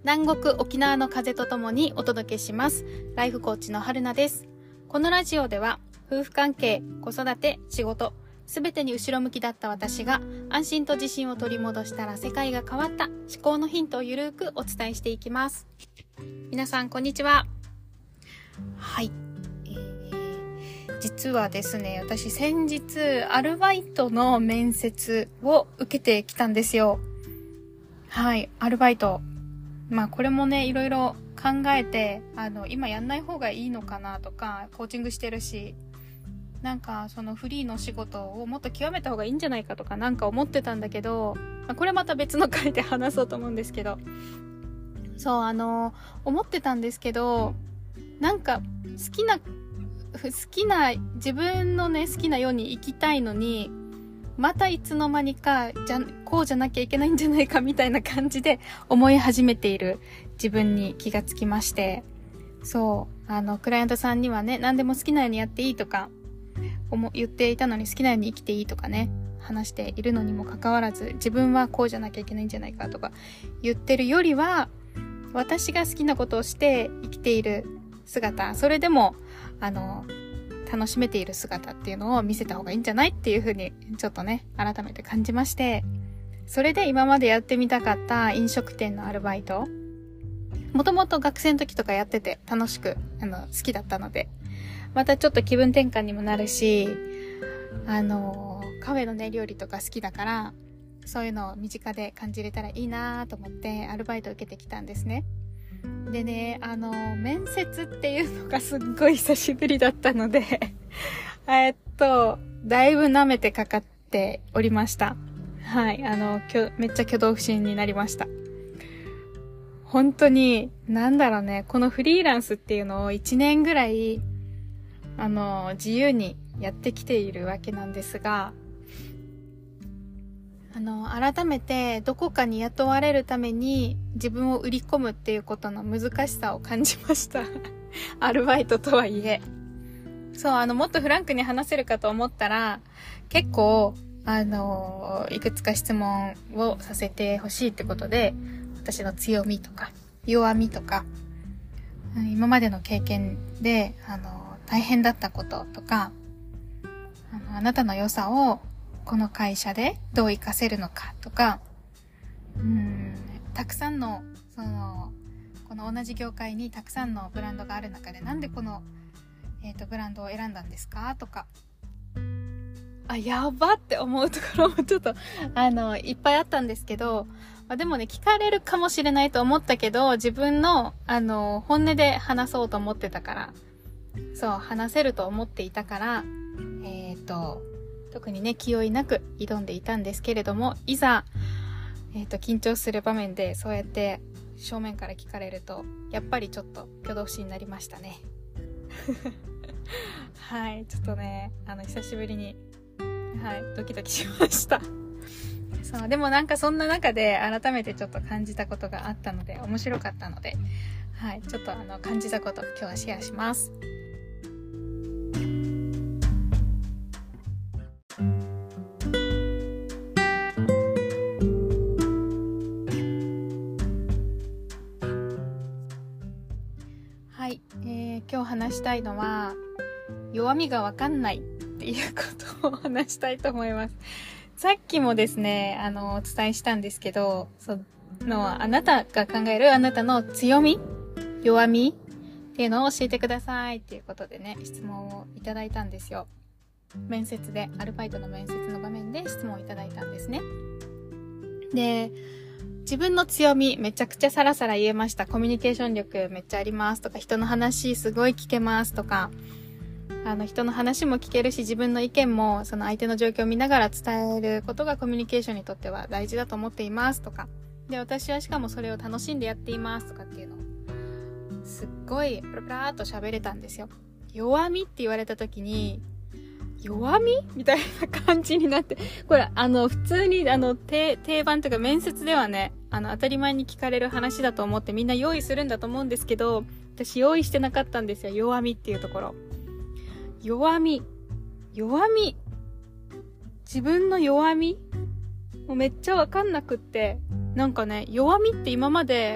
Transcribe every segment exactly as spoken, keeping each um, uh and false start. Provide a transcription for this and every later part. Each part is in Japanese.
南国沖縄の風とともにお届けします。ライフコーチの春菜です。このラジオでは夫婦関係、子育て、仕事、すべてに後ろ向きだった私が安心と自信を取り戻したら世界が変わった思考のヒントをゆるくお伝えしていきます。皆さんこんにちは。はい、えー、実はですね、私先日アルバイトの面接を受けてきたんですよ。はい、アルバイト。まあこれもね、いろいろ考えて、あの、今やんない方がいいのかなとか、コーチングしてるし、なんかそのフリーの仕事をもっと極めた方がいいんじゃないかとかなんか思ってたんだけど、まあ、これまた別の回で話そうと思うんですけど、そう、あの、思ってたんですけど、なんか好きな、好きな、自分のね、好きなように生きたいのに、またいつの間にかじゃこうじゃなきゃいけないんじゃないかみたいな感じで思い始めている自分に気がつきまして、そうあのクライアントさんにはね、何でも好きなようにやっていいとか思言っていたのに、好きなように生きていいとかね話しているのにもかかわらず、自分はこうじゃなきゃいけないんじゃないかとか言ってるよりは、私が好きなことをして生きている姿、それでもあの楽しめている姿っていうのを見せた方がいいんじゃないっていう風にちょっとね改めて感じまして、それで今までやってみたかった飲食店のアルバイト、もともと学生の時とかやってて楽しくあの好きだったので、またちょっと気分転換にもなるし、あのカフェのね料理とか好きだから、そういうのを身近で感じれたらいいなと思ってアルバイトを受けてきたんですね。でね、あの面接っていうのがすっごい久しぶりだったのでえっとだいぶ舐めてかかっておりました。はい、あのきょめっちゃ挙動不審になりました。本当になんだろうね、このフリーランスっていうのをいちねんぐらいあの自由にやってきているわけなんですが、あの改めてどこかに雇われるために自分を売り込むっていうことの難しさを感じましたアルバイトとはいえ、そう、あのもっとフランクに話せるかと思ったら、結構あのいくつか質問をさせてほしいってことで、私の強みとか弱みとか今までの経験であの大変だったこととか、あのあなたの良さをこの会社でどう活かせるのかとか、うーんたくさんのそのこの同じ業界にたくさんのブランドがある中で、なんでこの、えーと、ブランドを選んだんですかとか、あ、やばって思うところもちょっとあのいっぱいあったんですけど、まあ、でもね、聞かれるかもしれないと思ったけど、自分のあの本音で話そうと思ってたから、そう話せると思っていたから、えーと特にね気負いなく挑んでいたんですけれども、いざ、えーと緊張する場面でそうやって正面から聞かれると、やっぱりちょっと挙動不審になりましたねはい、ちょっとねあの久しぶりにはいドキドキしましたそう、でもなんかそんな中で改めてちょっと感じたことがあったので面白かったので、はい、ちょっとあの感じたこと今日はシェアします。はい、えー、今日話したいのは弱みがわかんないっていうことを話したいと思います。さっきもですねあのお伝えしたんですけど、そのあなたが考えるあなたの強み、弱みっていうのを教えてくださいっていうことでね質問をいただいたんですよ。面接で、アルバイトの面接の場面で質問をいただいたんですね。で、自分の強みめちゃくちゃサラサラ言えました。コミュニケーション力めっちゃありますとか、人の話すごい聞けますとか、あの人の話も聞けるし、自分の意見もその相手の状況を見ながら伝えることがコミュニケーションにとっては大事だと思っていますとか、で私はしかもそれを楽しんでやっていますとかっていうのをすっごいプラプラーっと喋れたんですよ。弱みって言われた時に、弱みみたいな感じになって、これあの普通にあの定番というか面接ではねあの当たり前に聞かれる話だと思ってみんな用意するんだと思うんですけど、私用意してなかったんですよ。弱みっていうところ、弱み弱み自分の弱みもうめっちゃわかんなくって、なんかね弱みって今まで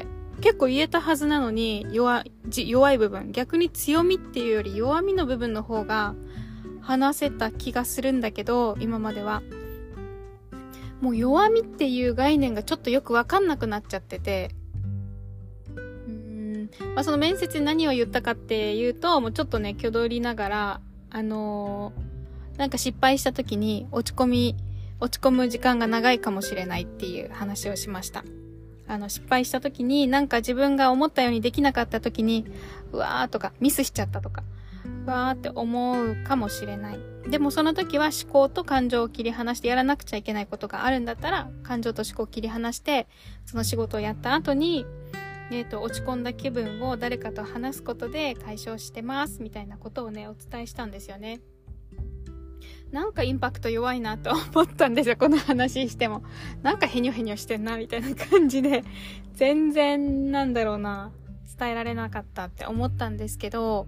結構言えたはずなのに、弱、弱い部分、逆に強みっていうより弱みの部分の方が話せた気がするんだけど、今までは。もう弱みっていう概念がちょっとよくわかんなくなっちゃってて、うーん、まあその面接で何を言ったかっていうと、もうちょっとね、挙動りながら、あのー、なんか失敗した時に落ち込み、落ち込む時間が長いかもしれないっていう話をしました。あの、失敗した時に、なんか自分が思ったようにできなかった時に、うわーとか、ミスしちゃったとか、うわーって思うかもしれない。でもその時は思考と感情を切り離してやらなくちゃいけないことがあるんだったら、感情と思考を切り離して、その仕事をやった後に、えっと、落ち込んだ気分を誰かと話すことで解消してます、みたいなことをね、お伝えしたんですよね。なんかインパクト弱いなと思ったんですよ、この話しても。なんかヘニョヘニョしてんな、みたいな感じで、全然、なんだろうな、伝えられなかったって思ったんですけど、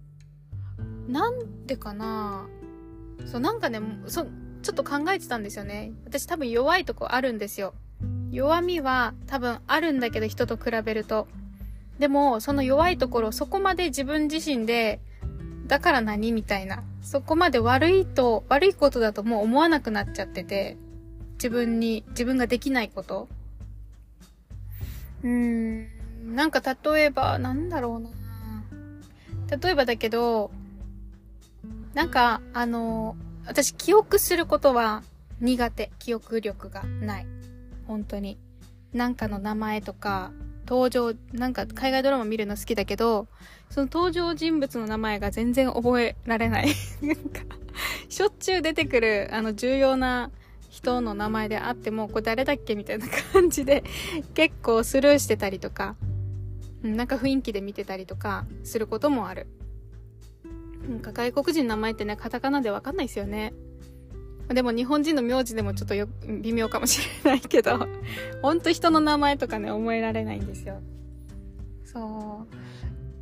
なんでかなそう、なんかね、そ、ちょっと考えてたんですよね。私多分弱いとこあるんですよ。弱みは多分あるんだけど、人と比べると。でも、その弱いところ、そこまで自分自身で、だから何みたいな。そこまで悪いと、悪いことだともう思わなくなっちゃってて、自分に、自分ができないこと。うーん、なんか例えば、なんだろうな。例えばだけど、なんか、あの、私記憶することは苦手。記憶力がない。本当に。なんかの名前とか、登場、なんか海外ドラマ見るの好きだけど、その登場人物の名前が全然覚えられない。なんか、しょっちゅう出てくる、あの、重要な人の名前であっても、これ誰だっけみたいな感じで、結構スルーしてたりとか、なんか雰囲気で見てたりとか、することもある。なんか外国人の名前ってね、カタカナでわかんないですよね。でも日本人の名字でもちょっとよ微妙かもしれないけど、ほんと人の名前とかね、覚えられないんですよ。そう。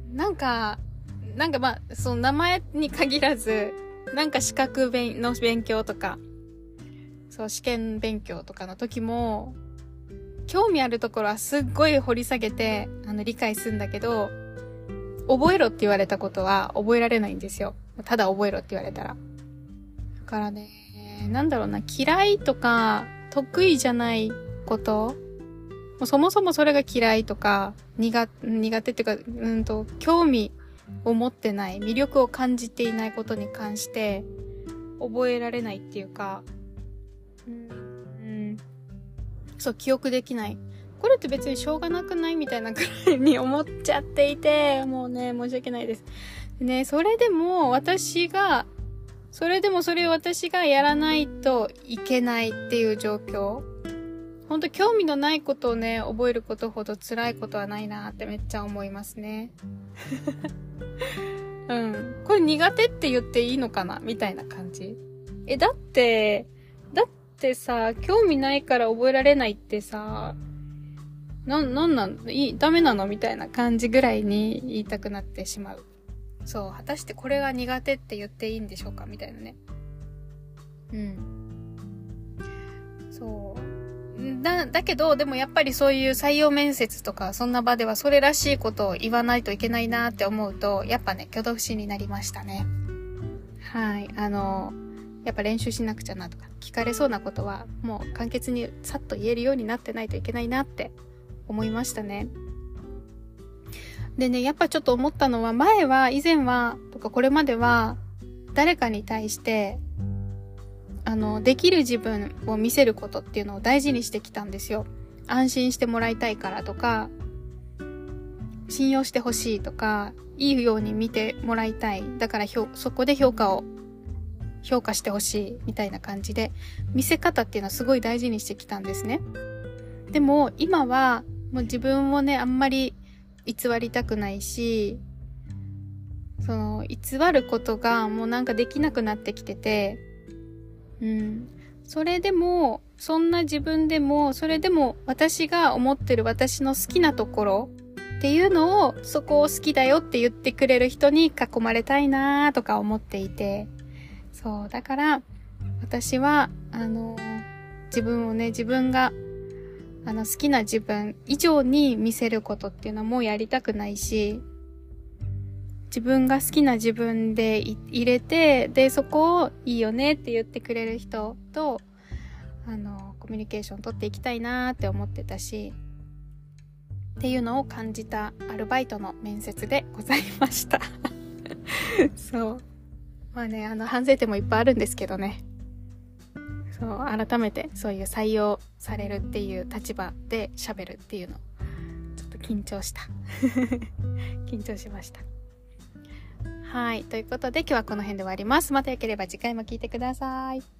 なんか、なんかまあ、その名前に限らず、なんか資格勉の勉強とか、そう、試験勉強とかの時も、興味あるところはすっごい掘り下げて、あの、理解するんだけど、覚えろって言われたことは覚えられないんですよ。ただ覚えろって言われたら。だからね、なんだろうな、嫌いとか、得意じゃないこと、もうそもそもそれが嫌いとか、苦、苦手っていうか、うんと、興味を持ってない、魅力を感じていないことに関して、覚えられないっていうか、うん、うん、そう、記憶できない。これって別にしょうがなくないみたいなくらいに思っちゃっていて、もうね、申し訳ないです。ね、それでも私が、それでもそれを私がやらないといけないっていう状況。ほんと興味のないことをね、覚えることほど辛いことはないなってめっちゃ思いますね。うん。これ苦手って言っていいのかなみたいな感じ。え、だって、だってさ、興味ないから覚えられないってさ、な、なんなんいい、ダメなのみたいな感じぐらいに言いたくなってしまう。そう、果たしてこれが苦手って言っていいんでしょうかみたいなね。うん。そう。だ、だけど、でもやっぱりそういう採用面接とか、そんな場ではそれらしいことを言わないといけないなって思うと、やっぱね、挙動不審になりましたね。はい。あの、やっぱ練習しなくちゃなとか、聞かれそうなことは、もう簡潔にさっと言えるようになってないといけないなって思いましたね。でね、やっぱちょっと思ったのは、前は、以前は、とかこれまでは、誰かに対して、あの、できる自分を見せることっていうのを大事にしてきたんですよ。安心してもらいたいからとか、信用してほしいとか、いいように見てもらいたい。だからひょ、そこで評価を、評価してほしい、みたいな感じで、見せ方っていうのはすごい大事にしてきたんですね。でも、今は、もう自分をね、あんまり、偽りたくないし、その、偽ることがもうなんかできなくなってきてて、うん。それでも、そんな自分でも、それでも私が思ってる私の好きなところっていうのを、そこを好きだよって言ってくれる人に囲まれたいなとか思っていて、そう、だから、私は、あの、自分をね、自分が、 あの好きな自分以上に見せることっていうのはもうやりたくないし、自分が好きな自分で入れて、でそこをいいよねって言ってくれる人とあのコミュニケーション取っていきたいなって思ってたしっていうのを感じたアルバイトの面接でございましたそうまあね、あの反省点もいっぱいあるんですけどね、そう改めてそういう採用されるっていう立場で喋るっていうのちょっと緊張した緊張しました。はい、ということで今日はこの辺で終わります。またよければ次回も聞いてください。